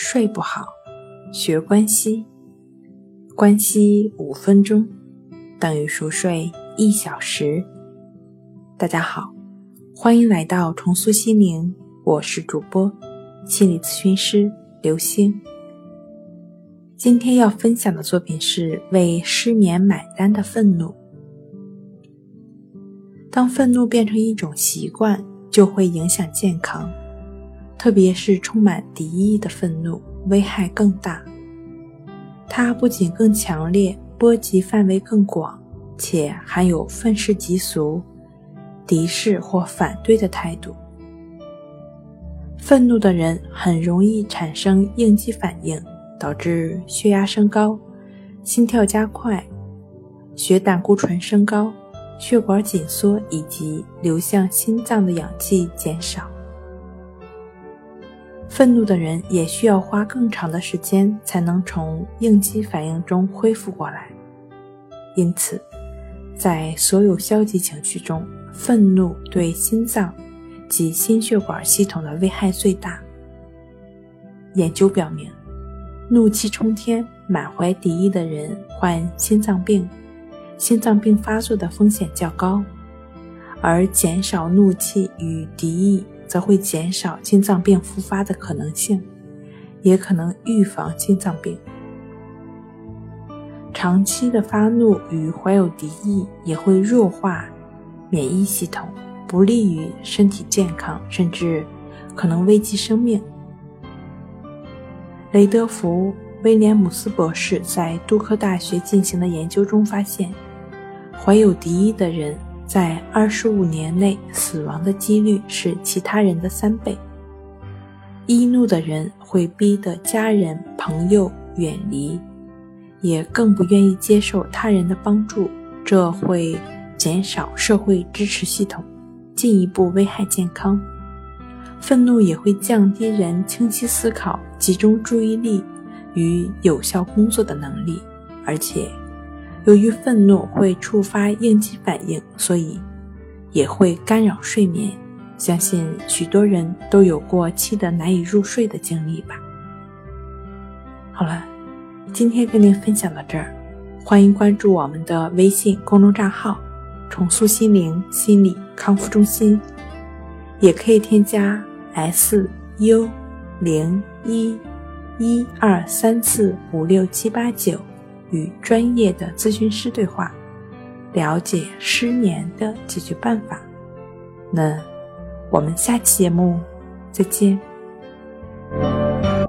睡不好，学关息。关息5分钟等于熟睡1小时。大家好，欢迎来到重塑心灵，我是主播心理咨询师刘星。今天要分享的作品是为失眠买单的愤怒。当愤怒变成一种习惯，就会影响健康，特别是充满敌意的愤怒，危害更大。它不仅更强烈，波及范围更广，且含有愤世嫉俗、敌视或反对的态度。愤怒的人很容易产生应激反应，导致血压升高、心跳加快、血胆固醇升高、血管紧缩以及流向心脏的氧气减少。愤怒的人也需要花更长的时间才能从应激反应中恢复过来。因此，在所有消极情绪中，愤怒对心脏及心血管系统的危害最大。研究表明，怒气冲天、满怀敌意的人患心脏病，心脏病发作的风险较高，而减少怒气与敌意则会减少心脏病复发的可能性，也可能预防心脏病。长期的发怒与怀有敌意也会弱化免疫系统，不利于身体健康，甚至可能危及生命。雷德福·威廉姆斯博士在杜克大学进行的研究中发现，怀有敌意的人在25年内死亡的几率是其他人的3倍。易怒的人会逼得家人、朋友远离，也更不愿意接受他人的帮助，这会减少社会支持系统，进一步危害健康。愤怒也会降低人清晰思考、集中注意力与有效工作的能力，而且由于愤怒会触发应激反应，所以也会干扰睡眠。相信许多人都有过气得难以入睡的经历吧。好了，今天跟您分享到这儿，欢迎关注我们的微信公众账号重塑心灵心理康复中心，也可以添加 SU011234567889与专业的咨询师对话，了解失眠的解决办法。那我们下期节目再见。